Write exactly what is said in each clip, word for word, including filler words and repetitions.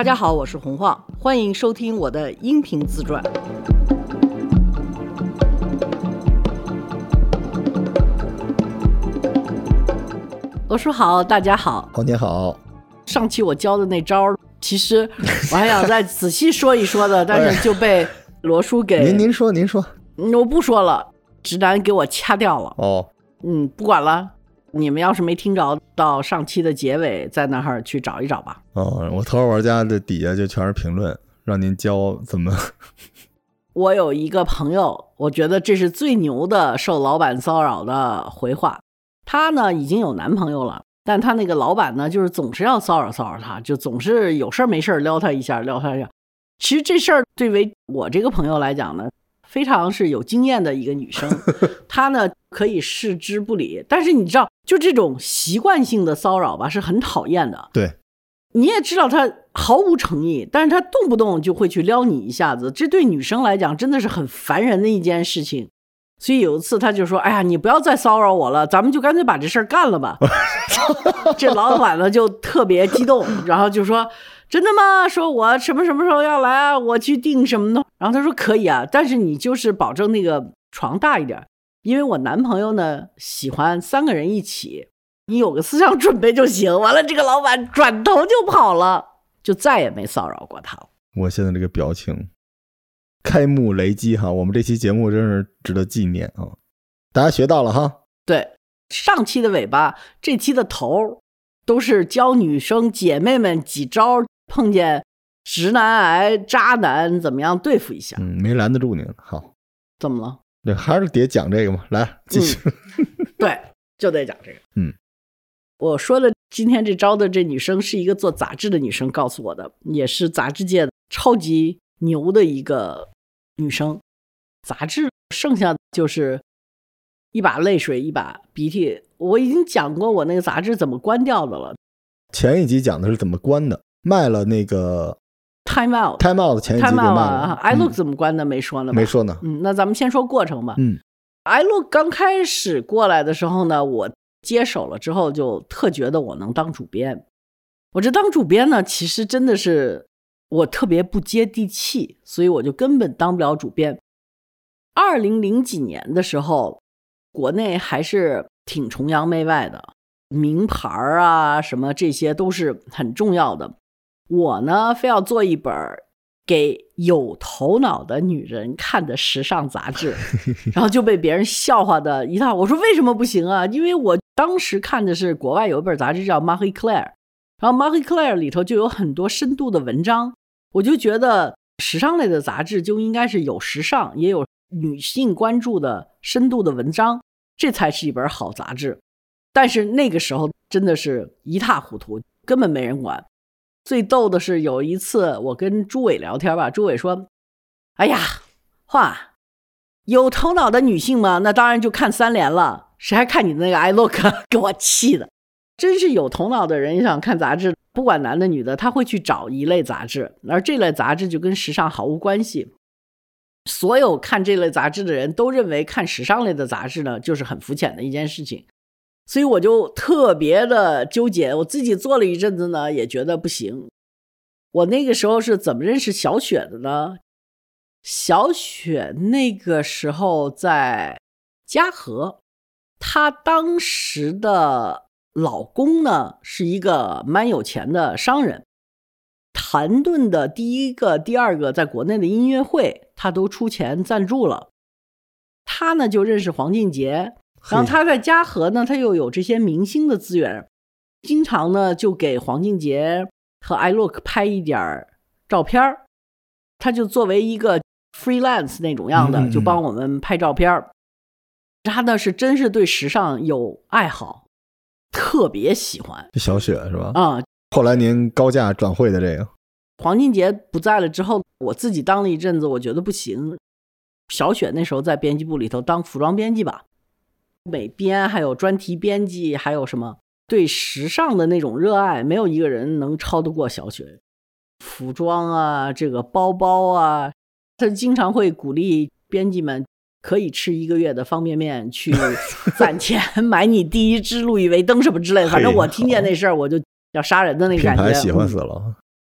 大家好，我是洪晃，欢迎收听我的音频自传。罗叔好，大家好， 黄姐好。 上期我教的那招，其实我还想再仔细说一说的，但是就被罗叔给您您说您说， 我不说了，直男给我掐掉了。 哦， 嗯，不管了。你们要是没听着，到上期的结尾在那儿去找一找吧。 哦，我头号玩家的底下就全是评论，让您教怎么。 我有一个朋友，我觉得这是最牛的受老板骚扰的回话。她呢已经有男朋友了，但她那个老板呢，就是总是要骚扰骚扰她，就总是有事没事撩她一下，撩她一下。其实这事儿对为我这个朋友来讲呢，非常是有经验的一个女生，她呢可以视之不理。但是你知道，就这种习惯性的骚扰吧，是很讨厌的。 对， 你也知道她毫无诚意，但是她动不动就会去撩你一下子，这对女生来讲真的是很烦人的一件事情。所以有一次她就说：“哎呀，你不要再骚扰我了，咱们就干脆把这事儿干了吧。”这老板呢就特别激动，然后就说：“真的吗？说我什么什么时候要来啊？我去订什么的。”然后他说：“可以啊，但是你就是保证那个床大一点，因为我男朋友呢喜欢三个人一起，你有个思想准备就行。”完了，这个老板转头就跑了，就再也没骚扰过他了。 我现在这个表情，开幕雷击哈！我们这期节目真是值得纪念啊！大家学到了哈。 对，上期的尾巴，这期的头，都是教女生姐妹们几招碰见直男癌渣男怎么样对付一下。 嗯，没拦得住你了。好， 怎么了？ 对，还是得讲这个嘛。来，继续。 嗯、对，就得讲这个。 嗯， 我说的今天这招的这女生是一个做杂志的女生告诉我的，也是杂志界超级牛的一个女生。杂志剩下就是一把泪水一把鼻涕。我已经讲过我那个杂志怎么关掉的了。 前一集讲的是怎么关的，卖了那个 Time Out Time Out 前一集给卖了、 啊、iLook 怎么关的、嗯、没说呢吧？ 没说呢。 嗯，那咱们先说过程吧。 嗯 iLook 刚开始过来的时候呢，我接手了之后就特觉得我能当主编。我这当主编呢，其实真的是我特别不接地气，所以我就根本当不了主编。二零零几年的时候，国内还是挺崇洋媚外的，名牌啊什么这些都是很重要的。我呢非要做一本给有头脑的女人看的时尚杂志，然后就被别人笑话的一套。我说为什么不行啊？因为我当时看的是国外有一本杂志叫 Marie Claire， 然后 Marie Claire 里头就有很多深度的文章，我就觉得时尚类的杂志就应该是有时尚也有女性关注的深度的文章，这才是一本好杂志。但是那个时候真的是一塌糊涂，根本没人管。最逗的是有一次我跟朱伟聊天吧，朱伟说：“哎呀，话有头脑的女性嘛，那当然就看三联了，谁还看你的那个 iLook？” 给我气的。真是有头脑的人想看杂志，不管男的女的，他会去找一类杂志，而这类杂志就跟时尚毫无关系。所有看这类杂志的人都认为看时尚类的杂志呢，就是很肤浅的一件事情。所以我就特别的纠结，我自己做了一阵子呢，也觉得不行。我那个时候是怎么认识小雪的呢？小雪那个时候在嘉禾，她当时的老公呢是一个蛮有钱的商人，谭盾的第一个、第二个在国内的音乐会，他都出钱赞助了。他呢就认识黄靖杰。然后他在嘉禾呢，他又有这些明星的资源，经常呢就给黄靖杰和 iLook 拍一点照片，他就作为一个 freelance 那种样的，嗯嗯嗯就帮我们拍照片。他呢是真是对时尚有爱好，特别喜欢。 小雪是吧？ 啊、嗯， 后来您高价转会的这个， 黄靖杰不在了之后，我自己当了一阵子，我觉得不行。小雪那时候在编辑部里头当服装编辑吧。美编还有专题编辑还有什么对时尚的那种热爱，没有一个人能超得过小雪。服装啊，这个包包啊，他经常会鼓励编辑们可以吃一个月的方便面去攒钱买你第一支路易威登什么之类的。反正我听见那事儿我就要杀人的那个感觉， 品牌喜欢死了。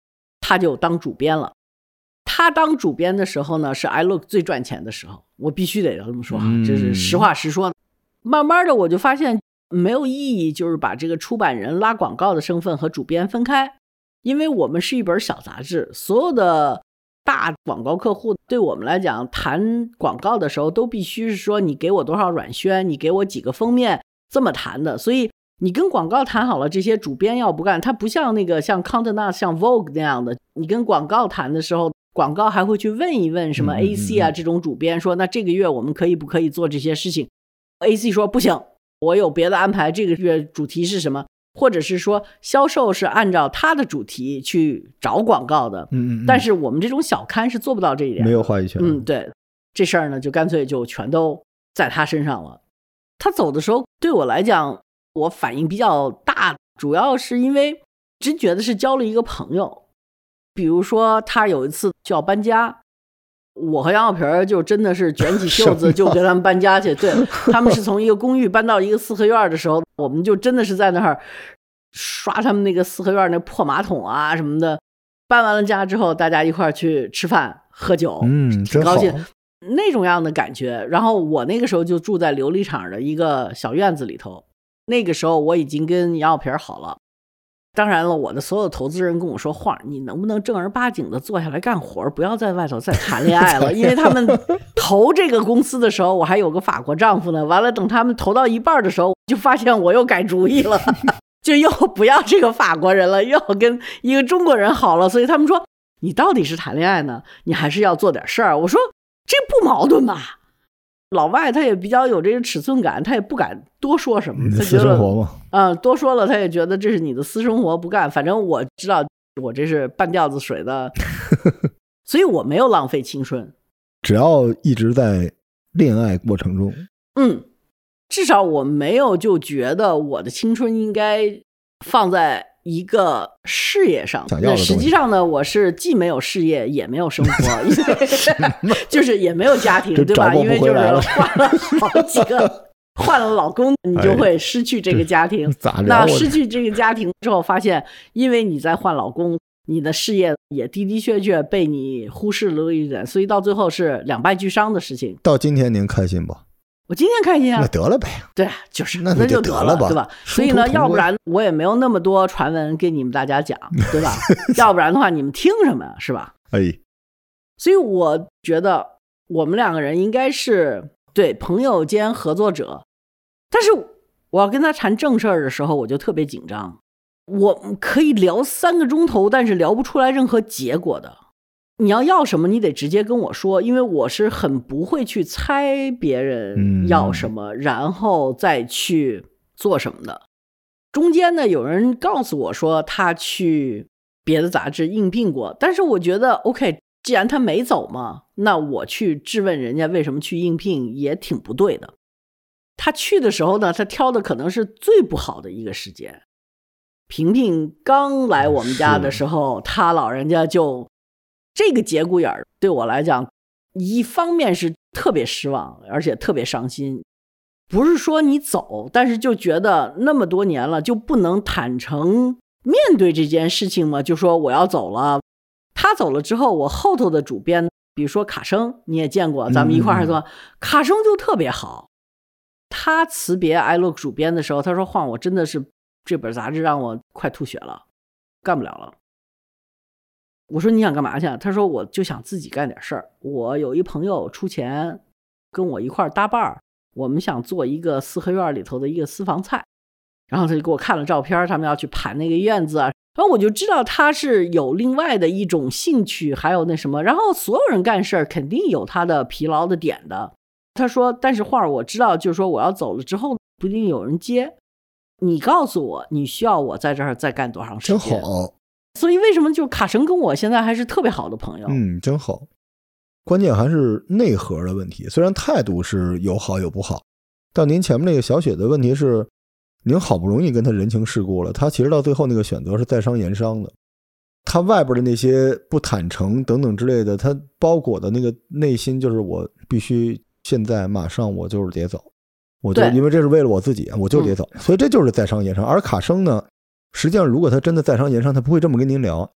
他就当主编了。他当主编的时候呢，是 iLook 最赚钱的时候，我必须得这么说哈，这是实话实说。慢慢的我就发现没有意义，就是把这个出版人拉广告的身份和主编分开，因为我们是一本小杂志，所有的大广告客户对我们来讲谈广告的时候都必须是说你给我多少软宣，你给我几个封面，这么谈的。所以你跟广告谈好了，这些主编要不干，他不像那个像 Condé Nast 像 Vogue 那样的，你跟广告谈的时候，广告还会去问一问什么 A C 啊、嗯、这种主编说那这个月我们可以不可以做这些事情， A C 说不行，我有别的安排，这个月主题是什么，或者是说销售是按照他的主题去找广告的。 嗯嗯， 但是我们这种小刊是做不到这一点， 没有话语权。 嗯，对，这事儿呢就干脆就全都在他身上了。他走的时候对我来讲我反应比较大，主要是因为真觉得是交了一个朋友。比如说他有一次就要搬家，我和杨小平就真的是卷起袖子就跟他们搬家去。对，他们是从一个公寓搬到一个四合院的时候，我们就真的是在那儿刷他们那个四合院那破马桶啊什么的。搬完了家之后大家一块儿去吃饭喝酒， 嗯， 挺高兴那种样的感觉。然后我那个时候就住在琉璃厂的一个小院子里头，那个时候我已经跟杨小平好了。当然了，我的所有投资人跟我说，晃，你能不能正儿八经的坐下来干活，不要在外头再谈恋爱了。因为他们投这个公司的时候我还有个法国丈夫呢，完了等他们投到一半的时候就发现我又改主意了就又不要这个法国人了，又要跟一个中国人好了。所以他们说你到底是谈恋爱呢，你还是要做点事儿。我说这不矛盾吧。老外他也比较有这个尺寸感，他也不敢多说什么， 你的私生活嘛， 嗯，多说了他也觉得这是你的私生活，不干。反正我知道我这是半吊子水的所以我没有浪费青春， 只要一直在恋爱过程中， 嗯，至少我没有就觉得我的青春应该放在一个事业上。那实际上呢，我是既没有事业也没有生活因为就是也没有家庭，对吧？因为就是换了好几个换了老公你就会失去这个家庭、哎、那失去这个家庭之后发现因为你在换老公，你的事业也的的确确被你忽视了一点，所以到最后是两败俱伤的事情。 到今天您开心吧？ 我今天开心啊， 那得了呗。 对啊，就是那就得了吧， 对吧？所以呢，要不然我也没有那么多传闻给你们大家讲，对吧？要不然的话，你们听什么是吧？ 哎， 所以我觉得我们两个人应该是对朋友兼合作者，但是我要跟他谈正事儿的时候，我就特别紧张。我可以聊三个钟头，但是聊不出来任何结果的。你要要什么你得直接跟我说，因为我是很不会去猜别人要什么、嗯、然后再去做什么的。中间呢有人告诉我说他去别的杂志应聘过，但是我觉得 OK， 既然他没走嘛，那我去质问人家为什么去应聘也挺不对的。他去的时候呢，他挑的可能是最不好的一个时间。萍萍刚来我们家的时候，他老人家就这个节骨眼儿对我来讲，一方面是特别失望，而且特别伤心。不是说你走，但是就觉得那么多年了，就不能坦诚面对这件事情吗？就说我要走了。他走了之后，我后头的主编，比如说卡生，你也见过，咱们一块儿说、嗯、卡生就特别好。他辞别 iLook 主编的时候，他说：“晃，我真的是这本杂志让我快吐血了，干不了了。”我说你想干嘛去？他说我就想自己干点事儿。我有一朋友出钱跟我一块儿搭伴儿，我们想做一个四合院里头的一个私房菜。然后他就给我看了照片，他们要去盘那个院子啊。然后我就知道他是有另外的一种兴趣，还有那什么。然后所有人干事儿肯定有他的疲劳的点的。他说但是话我知道，就是说我要走了之后不一定有人接。你告诉我你需要我在这儿再干多长时间？ 真好。 所以为什么就卡神跟我现在还是特别好的朋友？ 嗯，真好。关键还是内核的问题，虽然态度是有好有不好，但您前面那个小雪的问题是，您好不容易跟他人情世故了，他其实到最后那个选择是在商言商的，他外边的那些不坦诚等等之类的，他包裹的那个内心就是我必须现在马上我就是得走，我就因为这是为了我自己，我就得走、嗯、所以这就是在商言商。而卡生呢，实际上如果他真的在商言商，他不会这么跟您聊，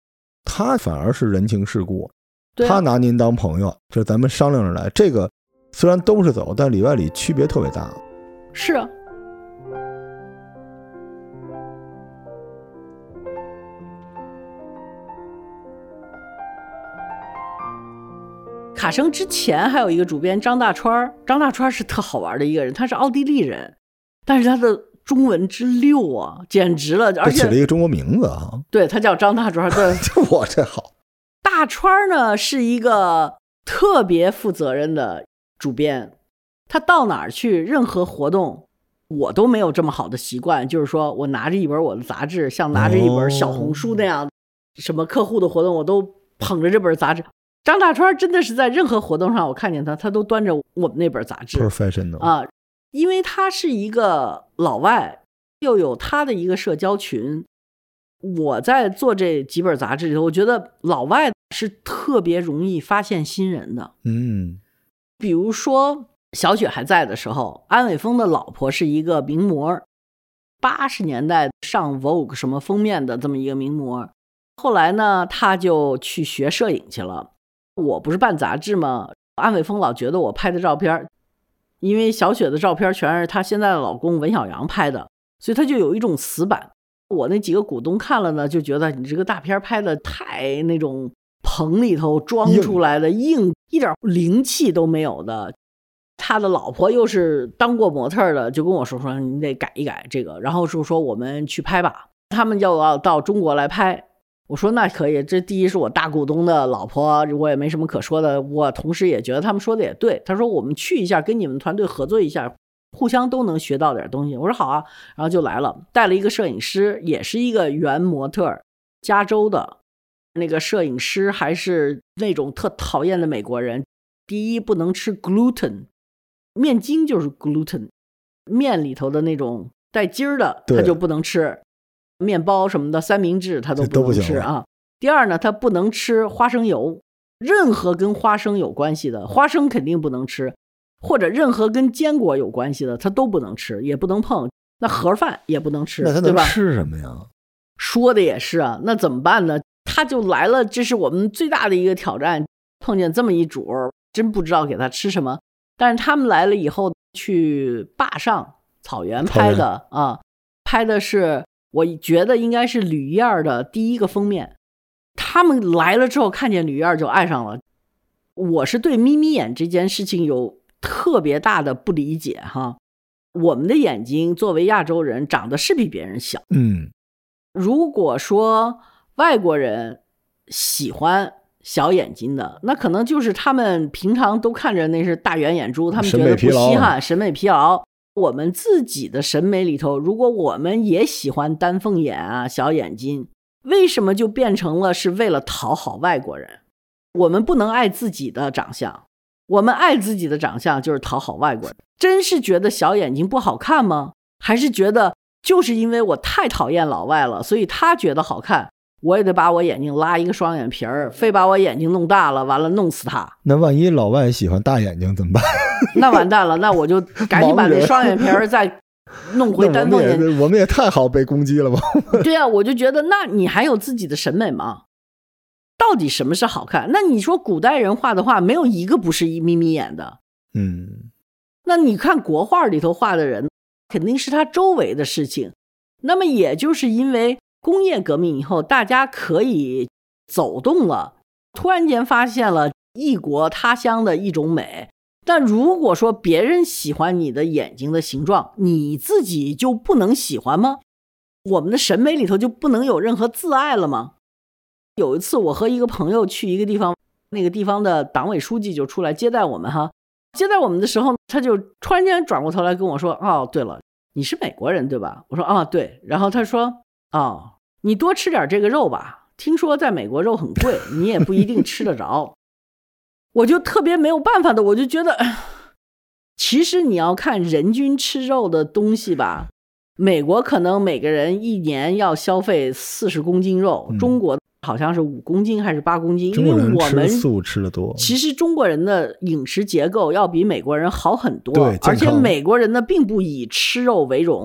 他反而是人情世故， 对啊、 他拿您当朋友，这咱们商量着来。这个虽然都是走，但里外里区别特别大。 是啊。卡生之前还有一个主编张大川，张大川是特好玩的一个人，他是奥地利人，但是他的中文之溜啊，简直了，而且起了一个中国名字啊。 对，他叫张大川。对， 我这好。 大川呢是一个特别负责任的主编，他到哪儿去，任何活动我都没有这么好的习惯，就是说我拿着一本我的杂志，像拿着一本小红书那样，哦、什么客户的活动我都捧着这本杂志。张大川真的是在任何活动上我看见他，他都端着我们那本杂志 professional 啊，因为他是一个老外，又有他的一个社交群。我在做这几本杂志里头，我觉得老外是特别容易发现新人的。 嗯， 比如说小雪还在的时候，安伟峰的老婆是一个名模，八十年代上 Vogue 什么封面的这么一个名模。后来呢，他就去学摄影去了。我不是办杂志吗？安伟峰老觉得我拍的照片，因为小雪的照片全是她现在的老公文小阳拍的，所以他就有一种死板。我那几个股东看了呢，就觉得你这个大片拍的太那种棚里头装出来的硬，硬一点灵气都没有的。他的老婆又是当过模特的，就跟我说说你得改一改这个，然后就说我们去拍吧，他们就要到中国来拍。我说那可以，这第一是我大股东的老婆，我也没什么可说的，我同时也觉得他们说的也对。他说我们去一下，跟你们团队合作一下，互相都能学到点东西。我说好啊，然后就来了，带了一个摄影师，也是一个原模特，加州的那个摄影师，还是那种特讨厌的美国人。第一不能吃 gluten， 面筋就是 gluten， 面里头的那种带筋儿的他就不能吃，面包什么的三明治他都不能吃啊。第二呢，他不能吃花生油，任何跟花生有关系的花生肯定不能吃，或者任何跟坚果有关系的他都不能吃，也不能碰。那盒饭也不能吃， 那他能吃什么呀？ 说的也是啊，那怎么办呢？他就来了，这是我们最大的一个挑战，碰见这么一主，真不知道给他吃什么。但是他们来了以后，去坝上草原拍的啊，拍的是我觉得应该是吕燕的第一个封面。他们来了之后看见吕燕就爱上了。我是对眯眯眼这件事情有特别大的不理解哈。我们的眼睛作为亚洲人长得是比别人小， 嗯， 如果说外国人喜欢小眼睛的，那可能就是他们平常都看着那是大圆眼珠，他们觉得不稀罕，审美疲劳。我们自己的审美里头，如果我们也喜欢丹凤眼啊小眼睛，为什么就变成了是为了讨好外国人？我们不能爱自己的长相，我们爱自己的长相就是讨好外国人。真是觉得小眼睛不好看吗？还是觉得就是因为我太讨厌老外了，所以他觉得好看，我也得把我眼睛拉一个双眼皮儿，非把我眼睛弄大了，完了弄死他。 那万一老外喜欢大眼睛怎么办？ 那完蛋了，那我就赶紧把那双眼皮儿再弄回丹凤眼睛。 我们也太好被攻击了吧？ 对啊，我就觉得那你还有自己的审美吗？到底什么是好看？那你说古代人画的画没有一个不是一眯眯眼的。 嗯， 那你看国画里头画的人肯定是他周围的事情。那么也就是因为工业革命以后大家可以走动了，突然间发现了异国他乡的一种美。但如果说别人喜欢你的眼睛的形状，你自己就不能喜欢吗？我们的审美里头就不能有任何自爱了吗？有一次我和一个朋友去一个地方，那个地方的党委书记就出来接待我们哈。接待我们的时候，他就突然间转过头来跟我说，哦对了，你是美国人对吧？我说啊对。然后他说，哦你多吃点这个肉吧，听说在美国肉很贵，你也不一定吃得着。我就特别没有办法的，我就觉得其实你要看人均吃肉的东西吧，美国可能每个人一年要消费四十公斤肉、嗯、中国好像是五公斤还是八公斤，因为我们吃素吃得多。 其实中国人的饮食结构要比美国人好很多，而且美国人呢并不以吃肉为荣，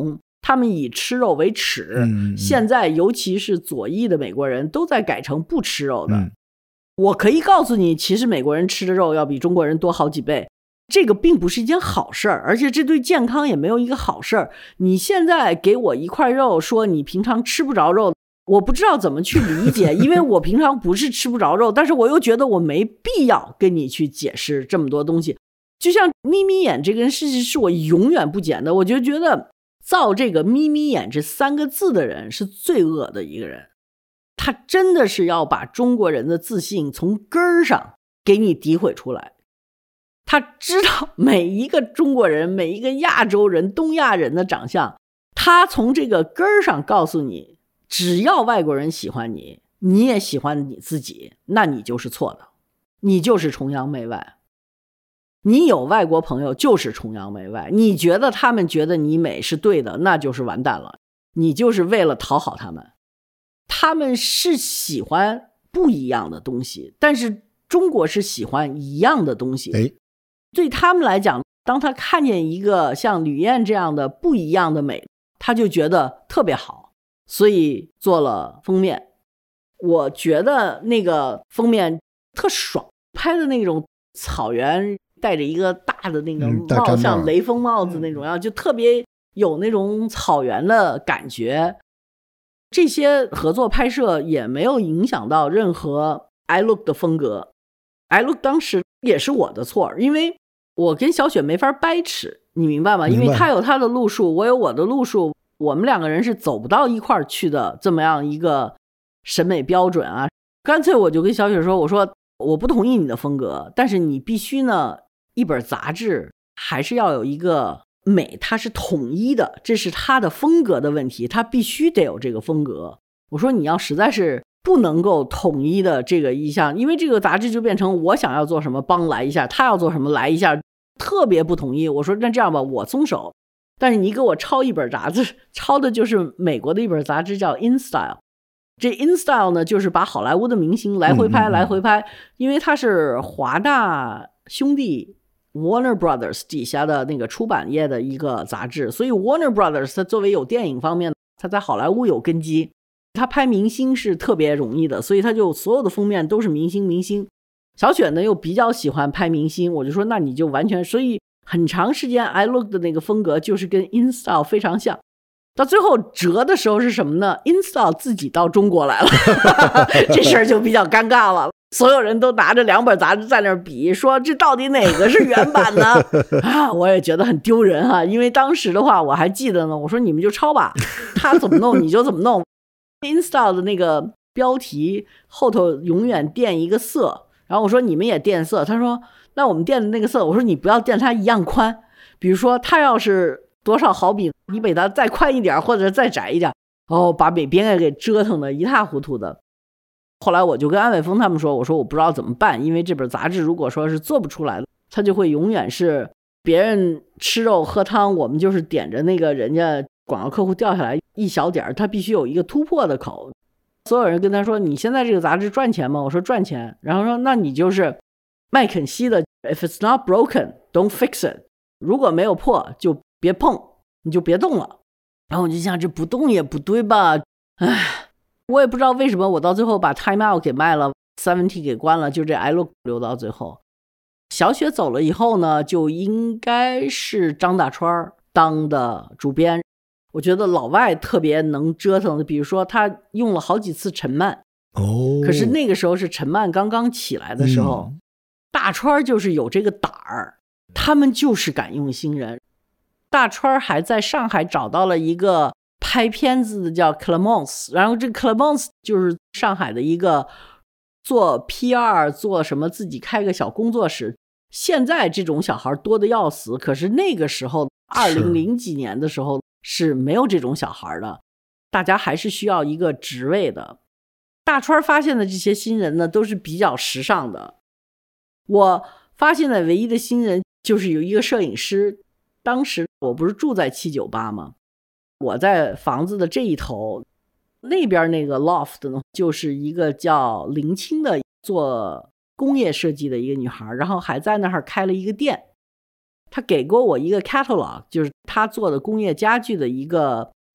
他们以吃肉为耻， 嗯嗯现在尤其是左翼的美国人都在改成不吃肉的。 嗯我可以告诉你，其实美国人吃的肉要比中国人多好几倍，这个并不是一件好事儿，而且这对健康也没有一个好事儿。你现在给我一块肉，说你平常吃不着肉，我不知道怎么去理解，因为我平常不是吃不着肉，但是我又觉得我没必要跟你去解释这么多东西。就像眯眯眼这个事情是我永远不解的，我就觉得造这个眯眯眼这三个字的人是最恶的一个人，他真的是要把中国人的自信从根儿上给你诋毁出来。他知道每一个中国人，每一个亚洲人，东亚人的长相，他从这个根儿上告诉你，只要外国人喜欢你，你也喜欢你自己，那你就是错的，你就是崇洋媚外。你有外国朋友就是崇洋媚外，你觉得他们觉得你美是对的，那就是完蛋了，你就是为了讨好他们。他们是喜欢不一样的东西，但是中国是喜欢一样的东西。 哎， 对他们来讲，当他看见一个像吕燕这样的不一样的美，他就觉得特别好，所以做了封面。我觉得那个封面特爽，拍的那种草原，戴着一个大的那个帽， 嗯、 像雷锋帽子那种样，就特别有那种草原的感觉。这些合作拍摄也没有影响到任何 iLook 的风格。iLook 当时也是我的错，因为我跟小雪没法掰扯，你明白吗？因为他有他的路数，我有我的路数，我们两个人是走不到一块儿去的，这么样一个审美标准啊。干脆我就跟小雪说，我说我不同意你的风格，但是你必须呢，一本杂志还是要有一个美，它是统一的，这是它的风格的问题，它必须得有这个风格。我说你要实在是不能够统一的这个意向，因为这个杂志就变成我想要做什么帮来一下，他要做什么来一下，特别不统一。我说那这样吧，我松手，但是你给我抄一本杂志，抄的就是美国的一本杂志叫 InStyle。 这 InStyle 呢，就是把好莱坞的明星来回拍、嗯、来回拍，因为它是华纳兄弟 Warner Brothers 底下的那个出版业的一个杂志，所以 Warner Brothers 它作为有电影方面，它在好莱坞有根基，他拍明星是特别容易的，所以他就所有的封面都是明星明星。小雪呢又比较喜欢拍明星，我就说那你就完全，所以很长时间 iLook 的那个风格就是跟 InStyle 非常像。到最后折的时候是什么呢？ InStyle 自己到中国来了这事儿就比较尴尬了，所有人都拿着两本杂志在那儿比，说这到底哪个是原版呢啊，我也觉得很丢人哈、啊，因为当时的话我还记得呢，我说你们就抄吧，他怎么弄你就怎么弄。InStyle 的那个标题后头永远垫一个色，然后我说你们也垫色，他说那我们垫的那个色，我说你不要垫它一样宽，比如说它要是多少毫米，你给它再宽一点或者再窄一点，哦，把美编给折腾的一塌糊涂的。后来我就跟安伟峰他们说，我说我不知道怎么办，因为这本杂志如果说是做不出来的，它就会永远是别人吃肉喝汤，我们就是点着那个人家广告客户掉下来一小点，它必须有一个突破的口。所有人跟他说你现在这个杂志赚钱吗？我说赚钱。然后说那你就是麦肯锡的 If it's not broken don't fix it， 如果没有破就别碰，你就别动了。然后我就想这不动也不对吧，唉，我也不知道为什么我到最后把 Time Out 给卖了， seventy 给关了，就这 iLook 留到最后。小雪走了以后呢，就应该是张大川当的主编。我觉得老外特别能折腾的，比如说他用了好几次陈曼， 哦， 可是那个时候是陈曼刚刚起来的时候、嗯、大川就是有这个胆儿，他们就是敢用新人。大川还在上海找到了一个拍片子的叫 Clemence， 然后这 Clemence 就是上海的一个做 P R 做什么自己开个小工作室，现在这种小孩多的要死，可是那个时候二零零几年的时候是没有这种小孩的，大家还是需要一个职位的。大川发现的这些新人呢，都是比较时尚的。我发现的唯一的新人就是有一个摄影师，当时我不是住在七九八吗？我在房子的这一头，那边那个 loft 呢，就是一个叫林青的做工业设计的一个女孩，然后还在那儿开了一个店。他给过我一个 catalog， 就是他做的工业家具的一个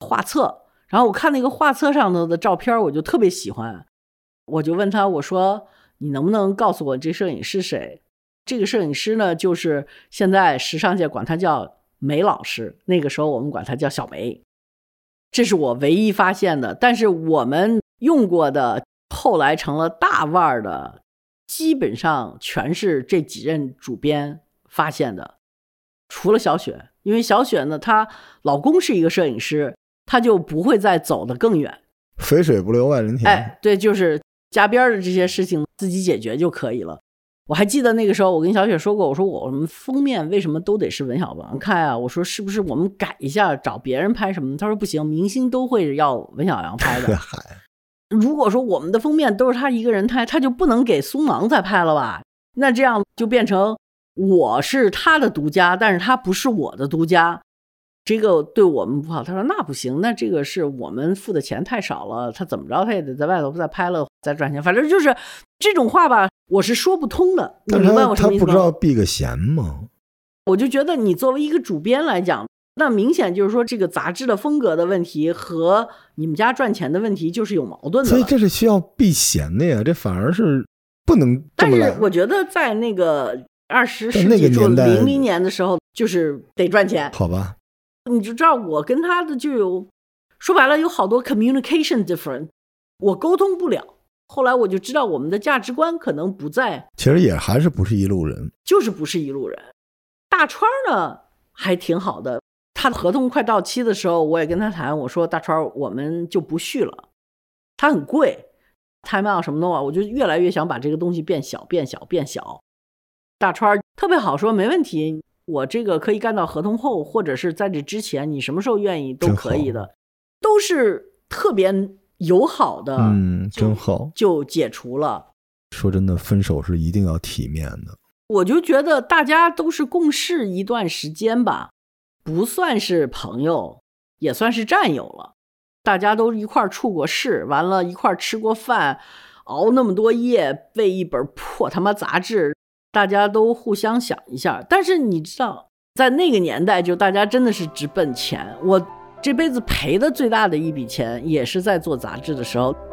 画册，然后我看那个画册上头的照片我就特别喜欢，我就问他，我说你能不能告诉我这摄影师谁？这个摄影师呢，就是现在时尚界管他叫梅老师，那个时候我们管他叫小梅。这是我唯一发现的，但是我们用过的后来成了大腕的基本上全是这几任主编发现的，除了小雪，因为小雪呢她老公是一个摄影师，她就不会再走得更远， 肥水不流外人田。 哎，对，就是家边的这些事情自己解决就可以了。我还记得那个时候我跟小雪说过，我说我们封面为什么都得是文小阳开啊？我说是不是我们改一下找别人拍什么？他说不行，明星都会要文小阳拍的。如果说我们的封面都是他一个人拍，他就不能给苏芒再拍了吧？那这样就变成我是他的独家，但是他不是我的独家，这个对我们不好。他说那不行，那这个是我们付的钱太少了，他怎么着他也得在外头再拍了再赚钱。反正就是这种话吧，我是说不通的。你明白我什么意思吗？ 他不知道避个嫌吗？ 我就觉得你作为一个主编来讲，那明显就是说这个杂志的风格的问题和你们家赚钱的问题就是有矛盾的， 所以这是需要避嫌的呀，这反而是不能这么来。 但是我觉得在那个二十世纪初零零年的时候，就是得赚钱， 好吧？ 你就知道我跟他的就有说白了有好多 communication different， 我沟通不了。后来我就知道我们的价值观可能不在， 其实也还是不是一路人， 就是不是一路人。大川呢还挺好的，他的合同快到期的时候，我也跟他谈，我说大川我们就不续了，他很贵 time out 什么的，我就越来越想把这个东西变小变小变小。大川特别好，说没问题，我这个可以干到合同后，或者是在这之前，你什么时候愿意都可以的，都是特别友好的， 嗯，真好， 就解除了。 说真的，分手是一定要体面的。 我就觉得大家都是共事一段时间吧，不算是朋友，也算是战友了。大家都一块处过事，完了一块吃过饭，熬那么多夜为一本破他妈杂志，大家都互相想一下。但是你知道，在那个年代，就大家真的是直奔钱。我这辈子赔的最大的一笔钱，也是在做杂志的时候。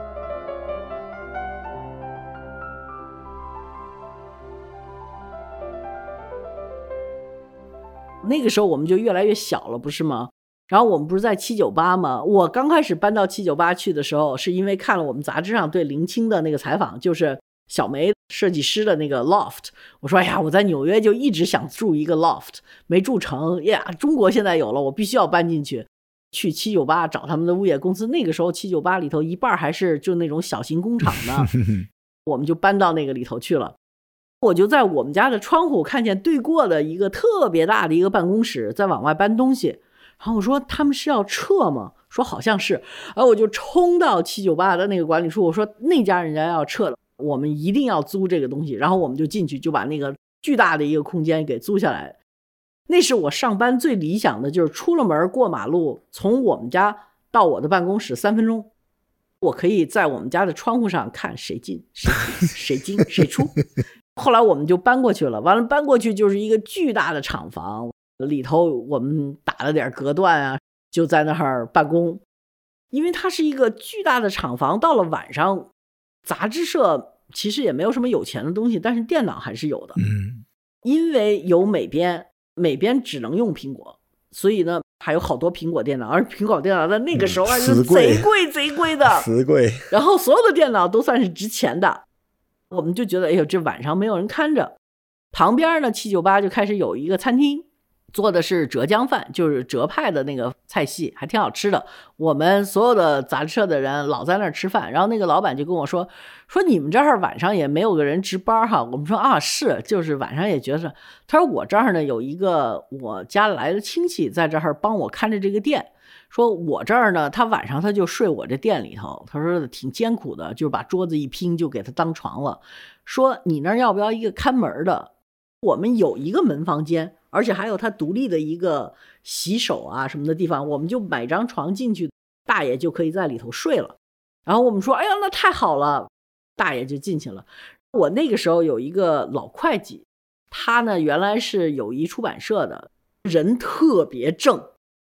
那个时候我们就越来越小了，不是吗？然后我们不是在七九八吗？我刚开始搬到七九八去的时候，是因为看了我们杂志上对林青的那个采访，就是小梅设计师的那个 loft。我说哎呀，我在纽约就一直想住一个 loft， 没住成呀。中国现在有了，我必须要搬进去。去七九八找他们的物业公司，那个时候七九八里头一半还是就那种小型工厂呢，我们就搬到那个里头去了。我就在我们家的窗户看见对过的一个特别大的一个办公室在往外搬东西，然后我说他们是要撤吗？说好像是，然后我就冲到七九八的那个管理处，我说那家人家要撤了，我们一定要租这个东西。然后我们就进去，就把那个巨大的一个空间给租下来。那是我上班最理想的，就是出了门过马路，从我们家到我的办公室三分钟，我可以在我们家的窗户上看谁进谁出谁进谁出。后来我们就搬过去了，完了搬过去就是一个巨大的厂房，里头我们打了点隔断啊，就在那儿办公。因为它是一个巨大的厂房，到了晚上杂志社其实也没有什么有钱的东西，但是电脑还是有的。 嗯， 因为有美编，美编只能用苹果，所以呢还有好多苹果电脑，而苹果电脑在那个时候是贼贵贼贵的， 死贵。 然后所有的电脑都算是值钱的。我们就觉得哎呦，这晚上没有人看着。旁边呢七九八就开始有一个餐厅，做的是浙江饭，就是浙派的那个菜系，还挺好吃的。我们所有的杂志社的人老在那儿吃饭，然后那个老板就跟我说说你们这儿晚上也没有个人值班哈。我们说啊是，就是晚上也觉得。他说我这儿呢有一个我家来的亲戚在这儿帮我看着这个店，说我这儿呢他晚上他就睡我这店里头，他说挺艰苦的，就是把桌子一拼就给他当床了。说你那儿要不要一个看门的？我们有一个门房间，而且还有他独立的一个洗手啊什么的地方，我们就买张床进去，大爷就可以在里头睡了。然后我们说哎呀那太好了，大爷就进去了。我那个时候有一个老会计，他呢原来是友谊出版社的，人特别正，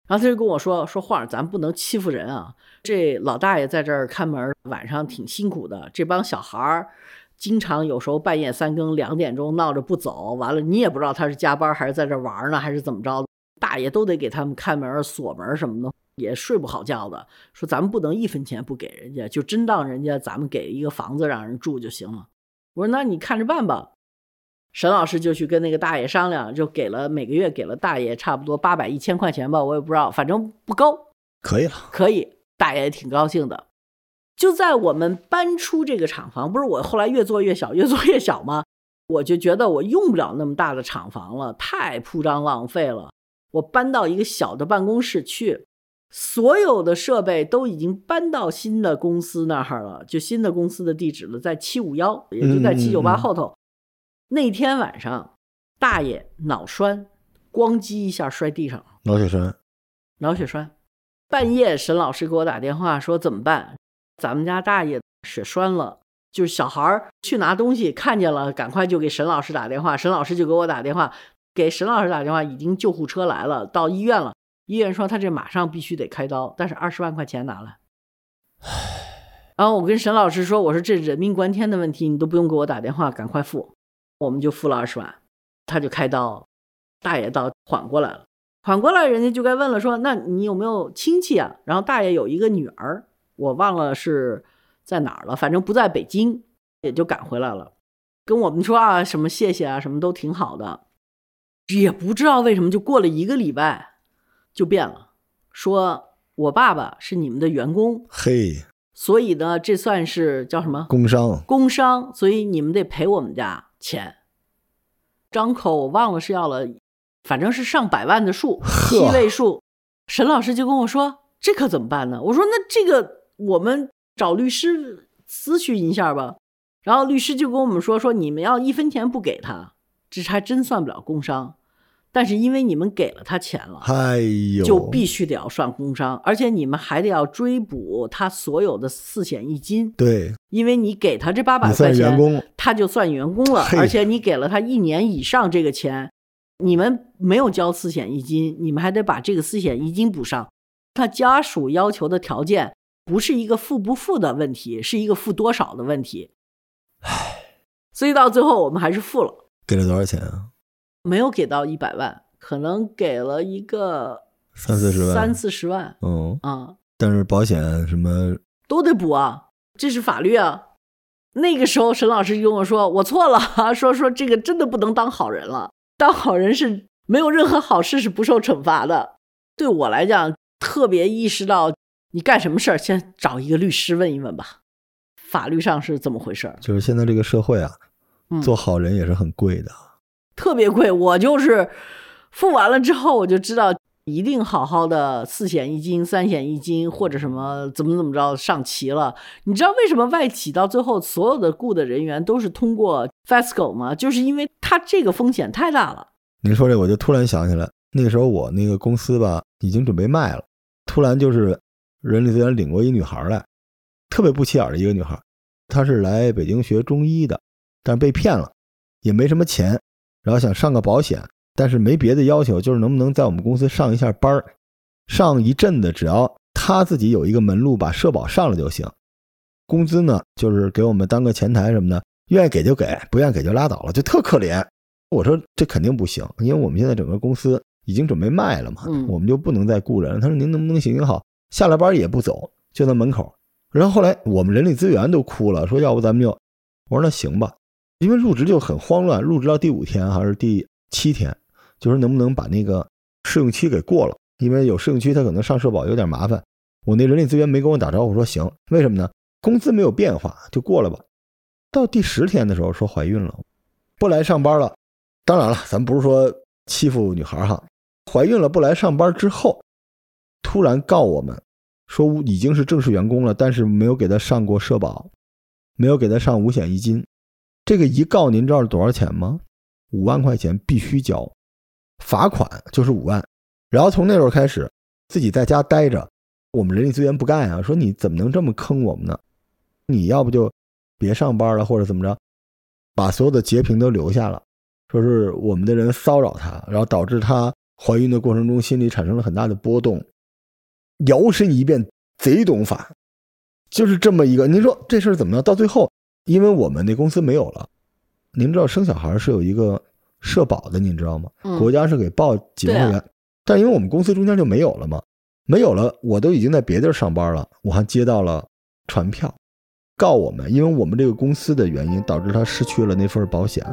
然后他就跟我说说晃儿，咱不能欺负人啊，这老大爷在这儿看门，晚上挺辛苦的，这帮小孩儿经常有时候半夜三更两点钟闹着不走，完了你也不知道他是加班还是在这玩呢还是怎么着，大爷都得给他们看门锁门什么的，也睡不好觉的，说咱们不能一分钱不给人家，就真当人家咱们给一个房子让人住就行了。我说那你看着办吧。沈老师就去跟那个大爷商量，就给了每个月给了大爷差不多八百一千块钱吧，我也不知道，反正不高， 可以了， 可以，大爷也挺高兴的。就在我们搬出这个厂房，不是我后来越做越小越做越小吗？我就觉得我用不了那么大的厂房了，太铺张浪费了。我搬到一个小的办公室去，所有的设备都已经搬到新的公司那儿了，就新的公司的地址了，在七五一，也就在七九八后头。嗯嗯嗯那天晚上大爷脑栓，咣叽一下摔地上了， 脑血栓脑血栓。半夜沈老师给我打电话说怎么办，咱们家大爷血栓了，就是小孩去拿东西看见了赶快就给沈老师打电话，沈老师就给我打电话，给沈老师打电话，已经救护车来了，到医院了，医院说他这马上必须得开刀，但是二十万块钱拿来。然后我跟沈老师说，我说这人命关天的问题你都不用给我打电话，赶快付。我们就付了二十万，他就开刀，大爷倒缓过来了，缓过来人家就该问了，说那你有没有亲戚啊？然后大爷有一个女儿，我忘了是在哪儿了，反正不在北京，也就赶回来了，跟我们说啊什么谢谢啊什么都挺好的。也不知道为什么就过了一个礼拜就变了，说我爸爸是你们的员工， 嘿， 所以呢这算是叫什么工伤， 工伤，所以你们得赔我们家钱。张口我忘了是要了，反正是上百万的数，七位数。沈老师就跟我说这可怎么办呢？我说那这个我们找律师咨询一下吧。然后律师就跟我们说说你们要一分钱不给他，这还真算不了工伤，但是因为你们给了他钱了， 哎呦， 就必须得要算工伤，而且你们还得要追补他所有的四险一金。 对，因为你给他这八百块钱，他就算员工了，而且你给了他一年以上这个钱，你们没有交四险一金，你们还得把这个四险一金补上。他家属要求的条件不是一个付不付的问题，是一个付多少的问题。所以到最后我们还是付了。 给了多少钱啊？ 没有给到一百万，可能给了一个三四十万， 三四十万。 嗯啊， 但是保险什么都得补啊，这是法律啊。那个时候沈老师就跟我说我错了，说说这个真的不能当好人了，当好人是没有任何好事是不受惩罚的。对我来讲特别意识到你干什么事儿先找一个律师问一问吧，法律上是怎么回事。 就是现在这个社会啊、嗯、做好人也是很贵的， 特别贵。我就是付完了之后我就知道一定好好的四险一金三险一金或者什么怎么怎么着上齐了。你知道为什么外企到最后所有的雇的人员都是通过 F A S C O 吗？就是因为它这个风险太大了。 您说这我就突然想起来，那个时候我那个公司吧已经准备卖了，突然就是人力资源领过一女孩来，特别不起眼的一个女孩，她是来北京学中医的，但是被骗了，也没什么钱，然后想上个保险，但是没别的要求，就是能不能在我们公司上一下班，上一阵子，只要她自己有一个门路把社保上了就行，工资呢就是给我们当个前台什么的，愿意给就给，不愿意给就拉倒了，就特可怜。我说这肯定不行，因为我们现在整个公司已经准备卖了嘛， 嗯、 我们就不能再雇人了。他说您能不能行行好，下了班也不走，就在门口。然后后来我们人力资源都哭了，说要不咱们就，我说那行吧，因为入职就很慌乱，入职到第五天还是第七天，就说能不能把那个试用期给过了，因为有试用期他可能上社保有点麻烦。我那人力资源没跟我打招呼，说行，为什么呢？工资没有变化，就过了吧。到第十天的时候说怀孕了，不来上班了。当然了，咱不是说欺负女孩哈，怀孕了不来上班之后，突然告我们说已经是正式员工了，但是没有给他上过社保，没有给他上五险一金。这个一告您知道是多少钱吗？五万块钱必须交，罚款就是五万。然后从那时候开始自己在家待着，我们人力资源不干啊，说你怎么能这么坑我们呢？你要不就别上班了，或者怎么着，把所有的截屏都留下了，说是我们的人骚扰他，然后导致他怀孕的过程中心里产生了很大的波动，摇身一变贼懂法，就是这么一个。您说这事儿怎么样？到最后因为我们那公司没有了，您知道生小孩是有一个社保的，您知道吗？ 嗯、 国家是给报几万块钱、啊、但因为我们公司中间就没有了嘛，没有了，我都已经在别地儿上班了，我还接到了传票告我们，因为我们这个公司的原因导致他失去了那份保险。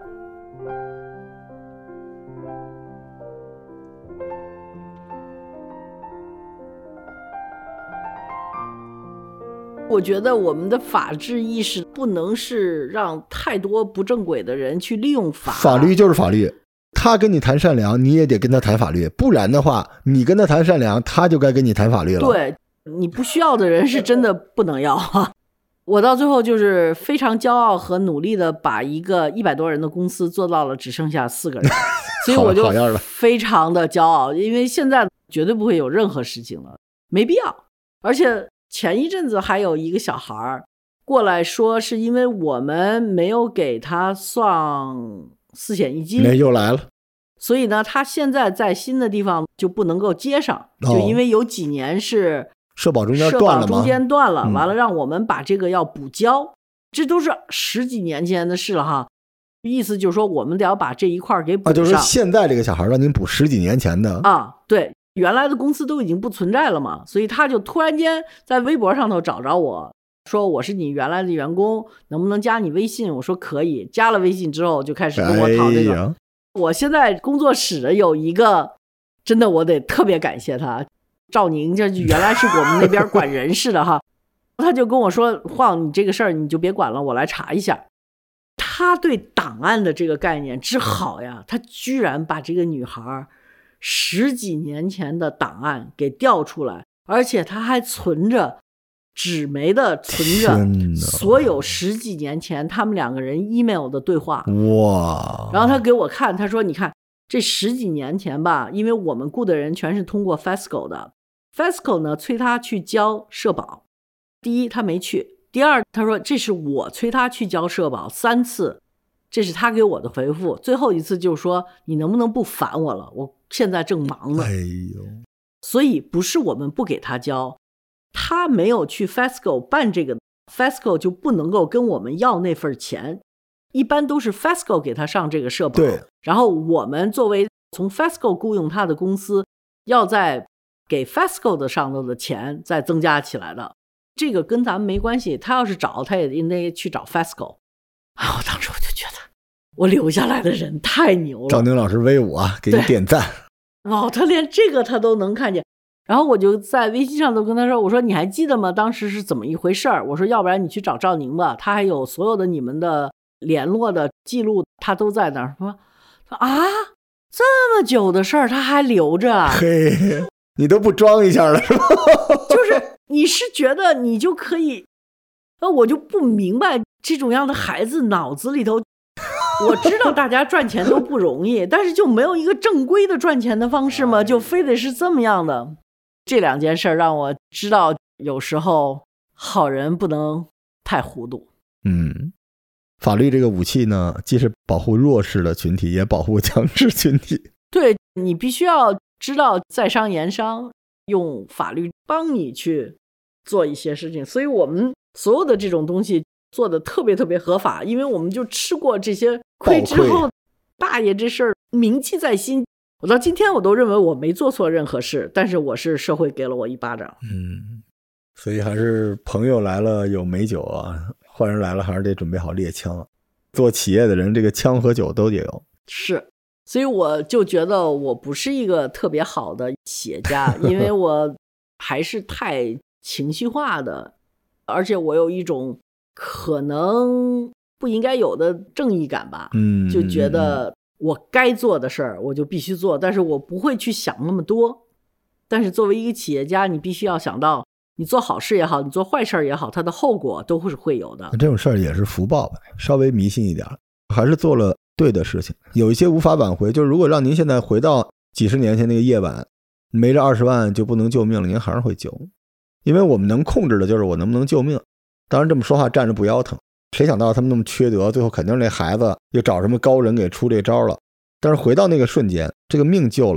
我觉得我们的法治意识不能是让太多不正轨的人去利用法。 法律就是法律，他跟你谈善良，你也得跟他谈法律，不然的话，你跟他谈善良，他就该跟你谈法律了。 对，你不需要的人是真的不能要。我到最后就是非常骄傲和努力的把一个一百多人的公司做到了只剩下四个人，所以我就非常的骄傲，因为现在绝对不会有任何事情了，没必要。而且前一阵子还有一个小孩过来说，是因为我们没有给他算四险一金， 那又来了， 所以呢，他现在在新的地方就不能够接上， 哦、 就因为有几年是社保中间断了吗？ 社保中间断了， 嗯、 完了让我们把这个要补交，这都是十几年前的事了哈。意思就是说，我们得要把这一块给补上。 啊，就是现在这个小孩让您补十几年前的啊，对。原来的公司都已经不存在了嘛，所以他就突然间在微博上头找着我说，我是你原来的员工，能不能加你微信？我说可以。加了微信之后就开始跟我讨这个、哎、我现在工作室的有一个真的我得特别感谢他，赵宁，这原来是我们那边管人事的哈，他就跟我说，晃，你这个事儿你就别管了，我来查一下。他对档案的这个概念之好呀，他居然把这个女孩十几年前的档案给调出来，而且他还存着纸媒的存着所有十几年前他们两个人 email 的对话。 哇！ 然后他给我看，他说你看这十几年前吧，因为我们雇的人全是通过 Fasco 的， Fasco 呢催他去交社保，第一他没去，第二他说这是我催他去交社保三次，这是他给我的回复，最后一次就是说你能不能不烦我了，我现在正忙呢。 哎呦， 所以不是我们不给他交，他没有去 Fasco 办这个， Fasco 就不能够跟我们要那份钱，一般都是 Fasco 给他上这个社保， 对， 然后我们作为从 Fasco 雇佣他的公司，要在给 Fasco 的上头的钱再增加起来的，这个跟咱们没关系，他要是找他也应该去找 Fasco。啊，我当时我就觉得我留下来的人太牛了， 赵宁老师威武啊，给你点赞。 哦，他连这个他都能看见。然后我就在微信上都跟他说，我说你还记得吗？当时是怎么一回事儿？我说要不然你去找赵宁吧，他还有所有的你们的联络的记录，他都在那儿。说啊，这么久的事儿他还留着？ 嘿，你都不装一下了是吧？ 就是你是觉得你就可以，呃，我就不明白这种样的孩子脑子里头。我知道大家赚钱都不容易，但是就没有一个正规的赚钱的方式吗？就非得是这么样的。这两件事让我知道有时候好人不能太糊涂。 嗯，法律这个武器呢，既是保护弱势的群体，也保护强势群体。 对，你必须要知道在商言商，用法律帮你去做一些事情。所以我们所有的这种东西做的特别特别合法，因为我们就吃过这些亏之后，大爷这事儿铭记在心。我到今天我都认为我没做错任何事，但是我是社会给了我一巴掌。 嗯，所以还是朋友来了有美酒啊，坏人来了还是得准备好猎枪。做企业的人，这个枪和酒都得有。 是，所以我就觉得我不是一个特别好的企业家，因为我还是太情绪化的，而且我有一种可能不应该有的正义感吧。 嗯， 就觉得我该做的事儿我就必须做，但是我不会去想那么多。但是作为一个企业家，你必须要想到你做好事也好，你做坏事也好，它的后果都是会有的。 这种事儿也是福报吧，稍微迷信一点，还是做了对的事情。有一些无法挽回，就是如果让您现在回到几十年前那个夜晚，没这二十万就不能救命了，您还是会救。因为我们能控制的就是我能不能救命。当然这么说话站着不腰疼，谁想到他们那么缺德，最后肯定那孩子又找什么高人给出这招了。但是回到那个瞬间，这个命救了，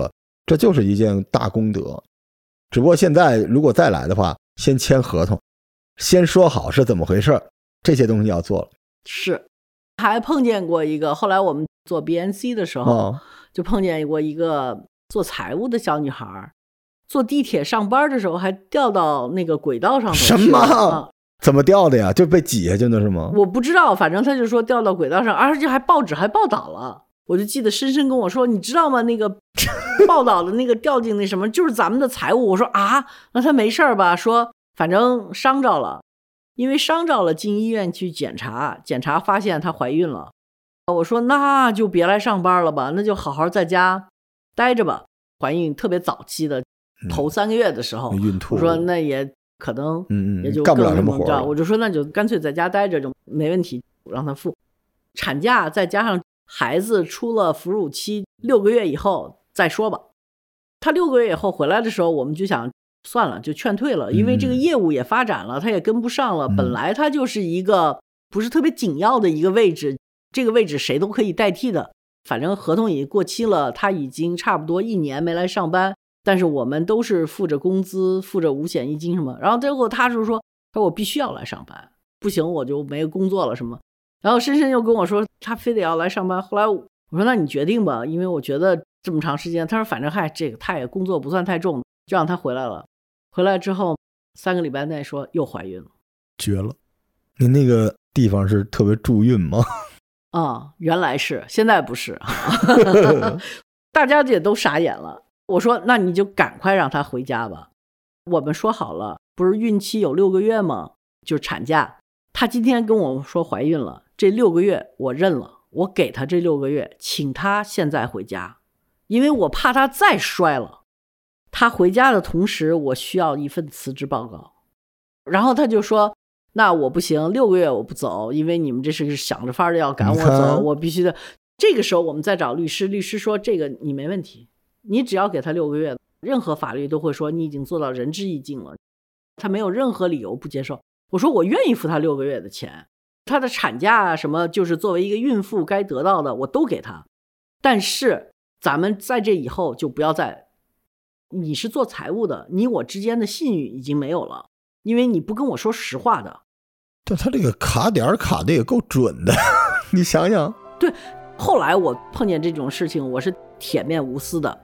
这就是一件大功德。只不过现在如果再来的话，先签合同，先说好是怎么回事，这些东西要做了。 是，还碰见过一个，后来我们做 B N C 的时候、哦、就碰见过一个做财务的小女孩，坐地铁上班的时候还掉到那个轨道上头去。 什么、 啊、 怎么掉的呀？就被挤下去的是吗？ 我不知道，反正他就说掉到轨道上，而且还报纸还报道了。我就记得深深跟我说，你知道吗，那个报道的那个掉进那什么就是咱们的财务。我说啊，那他没事吧？说反正伤着了，因为伤着了进医院去检查，检查发现她怀孕了。我说那就别来上班了吧，那就好好在家待着吧。怀孕特别早期的头三个月的时候、嗯、 孕吐， 我说那也可能也就干不了什么活了， 我就说那就干脆在家待着就没问题，让她付产假，再加上孩子出了哺乳期六个月以后再说吧。他六个月以后回来的时候，我们就想算了，就劝退了，因为这个业务也发展了，他也跟不上了、嗯、本来他就是一个不是特别紧要的一个位置，这个位置谁都可以代替的，反正合同已经过期了，他已经差不多一年没来上班，但是我们都是付着工资，付着五险一金什么，然后最后他是说他说我必须要来上班，不行我就没工作了什么。然后深深又跟我说他非得要来上班，后来我说那你决定吧，因为我觉得这么长时间，他说反正嗨这个他也工作不算太重，就让他回来了。回来之后三个礼拜内说又怀孕了。 绝了。您那个地方是特别助孕吗？ 啊、嗯，原来是，现在不是。大家也都傻眼了。我说那你就赶快让他回家吧，我们说好了不是孕期有六个月吗，就是产假，他今天跟我说怀孕了，这六个月我认了，我给他这六个月，请他现在回家，因为我怕他再摔了。他回家的同时我需要一份辞职报告。然后他就说那我不行，六个月我不走，因为你们这是想着法的要赶我走，我必须的。这个时候我们再找律师，律师说这个你没问题，你只要给他六个月，任何法律都会说你已经做到仁至义尽了，他没有任何理由不接受。我说我愿意付他六个月的钱，他的产假啊什么，就是作为一个孕妇该得到的我都给他，但是咱们在这以后就不要再，你是做财务的，你我之间的信誉已经没有了，因为你不跟我说实话的。 但他这个卡点卡的也够准的。你想想。 对，后来我碰见这种事情我是铁面无私的。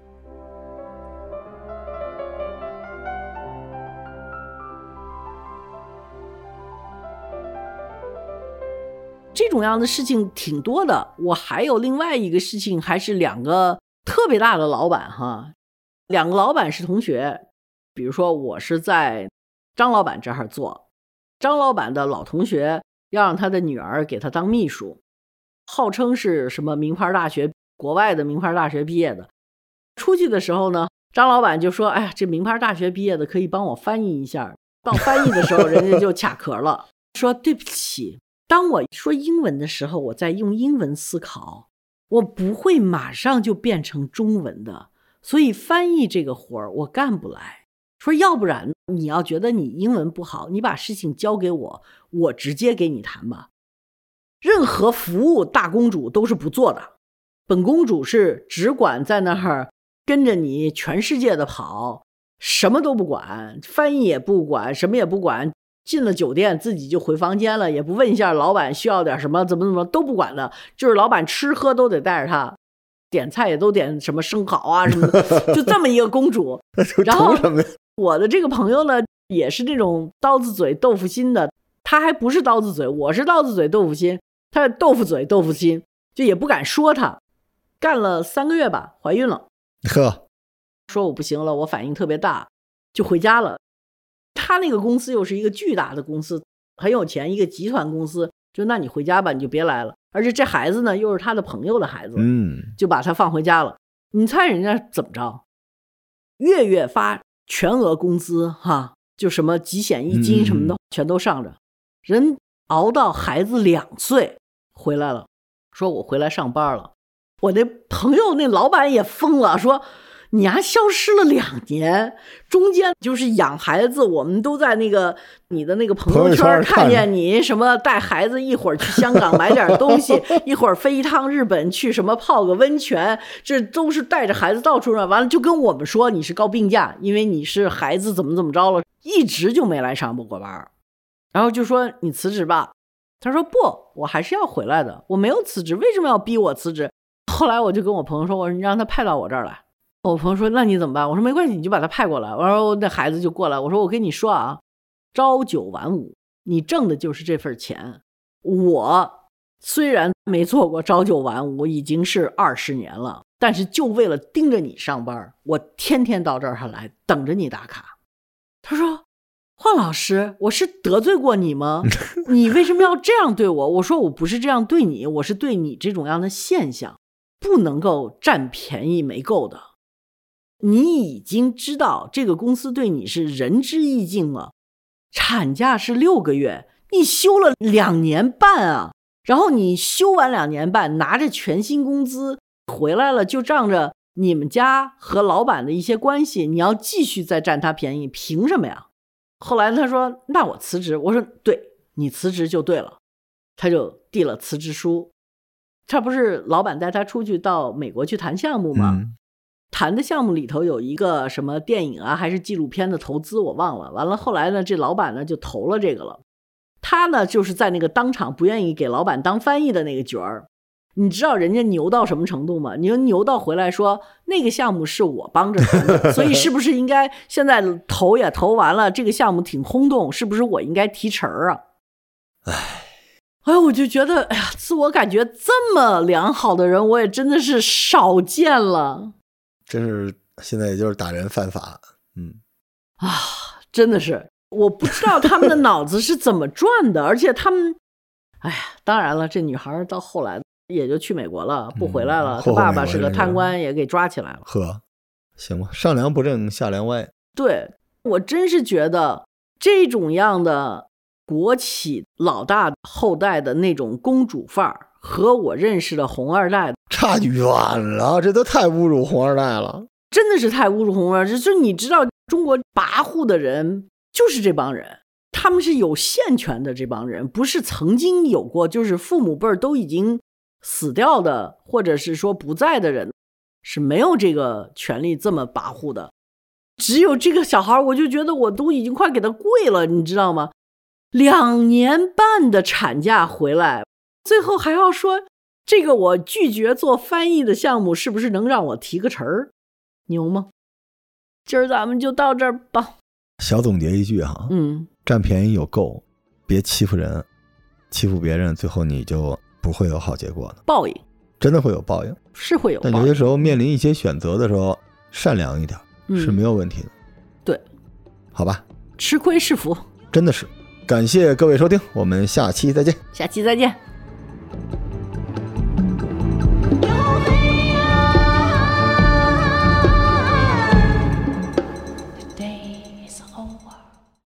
这种样的事情挺多的。我还有另外一个事情，还是两个特别大的老板哈，两个老板是同学。比如说我是在张老板这儿做，张老板的老同学要让他的女儿给他当秘书，号称是什么名牌大学，国外的名牌大学毕业的。出去的时候呢，张老板就说哎呀，这名牌大学毕业的可以帮我翻译一下。到翻译的时候人家就卡壳了，说对不起，当我说英文的时候我在用英文思考，我不会马上就变成中文的，所以翻译这个活儿我干不来。说要不然你要觉得你英文不好，你把事情交给我，我直接给你谈吧。任何服务大公主都是不做的，本公主是只管在那儿跟着你全世界的跑，什么都不管，翻译也不管，什么也不管，进了酒店自己就回房间了，也不问一下老板需要点什么，怎么怎么都不管的，就是老板吃喝都得带着他，点菜也都点什么生蚝啊什么的，就这么一个公主。然后我的这个朋友呢也是那种刀子嘴豆腐心的，他还不是刀子嘴，我是刀子嘴豆腐心，他是豆腐嘴豆腐心，就也不敢说他。干了三个月吧，怀孕了， 呵， 说我不行了，我反应特别大，就回家了。他那个公司又是一个巨大的公司，很有钱，一个集团公司，就那你回家吧，你就别来了。而且这孩子呢又是他的朋友的孩子， 嗯， 就把他放回家了。你猜人家怎么着？月月发全额工资哈，就什么几险一金什么的、嗯、全都上着。人熬到孩子两岁回来了，说我回来上班了。我那朋友那老板也疯了，说你还消失了两年，中间就是养孩子，我们都在那个你的那个朋友圈看见你什么带孩子一会儿去香港买点东西，一会儿飞一趟日本去什么泡个温泉，这都是带着孩子到处转，完了就跟我们说你是高病假，因为你是孩子怎么怎么着了，一直就没来上过班，然后就说你辞职吧。他说不，我还是要回来的，我没有辞职，为什么要逼我辞职？后来我就跟我朋友说，我说你让他派到我这儿来。我朋友说那你怎么办？我说没关系，你就把他派过来。我说那孩子就过来。我说我跟你说啊，朝九晚五，你挣的就是这份钱。我虽然没做过朝九晚五，已经是二十年了，但是就为了盯着你上班，我天天到这儿来等着你打卡。他说华老师，我是得罪过你吗？你为什么要这样对我？我说我不是这样对你，我是对你这种样的现象不能够占便宜没够的。你已经知道这个公司对你是仁至义尽了，产假是六个月，你休了两年半啊，然后你休完两年半拿着全薪工资回来了，就仗着你们家和老板的一些关系，你要继续再占他便宜，凭什么呀？后来他说那我辞职。我说对，你辞职就对了。他就递了辞职书。他不是老板带他出去到美国去谈项目吗、嗯、谈的项目里头有一个什么电影啊还是纪录片的投资我忘了，完了后来呢这老板呢就投了这个了。他呢就是在那个当场不愿意给老板当翻译的那个角儿。你知道人家牛到什么程度吗？你说牛到回来说那个项目是我帮着谈的，所以是不是应该现在投也投完了，这个项目挺轰动，是不是我应该提成啊？哎，哎，我就觉得，哎呀，自我感觉这么良好的人，我也真的是少见了。 真是现在也就是打人犯法，嗯啊，真的是，我不知道他们的脑子是怎么转的，而且他们，哎呀，当然了，这女孩到后来也就去美国了，不回来了。嗯、他爸爸是个贪官，也给抓起来了。 呵，行吧，上梁不正下梁歪。 对，我真是觉得这种样的国企老大后代的那种公主范儿，和我认识的红二代差远了，这都太侮辱红二代了， 真的是太侮辱红二代。就是你知道，中国跋扈的人就是这帮人。他们是有现权的，这帮人不是曾经有过，就是父母辈儿都已经死掉的，或者是说不在的人，是没有这个权利这么跋扈的。只有这个小孩，我就觉得我都已经快给他跪了，你知道吗？两年半的产假回来，最后还要说这个我拒绝做翻译的项目，是不是能让我提个成儿？牛吗？今儿咱们就到这儿吧。 小总结一句哈，嗯，占便宜有够，别欺负人，欺负别人，最后你就不会有好结果的。 报应真的会有报应， 是会有报应。 但有些时候面临一些选择的时候，善良一点、嗯、是没有问题的。 对， 好吧， 吃亏是福， 真的是。感谢各位收听，我们下期再见。 下期再见。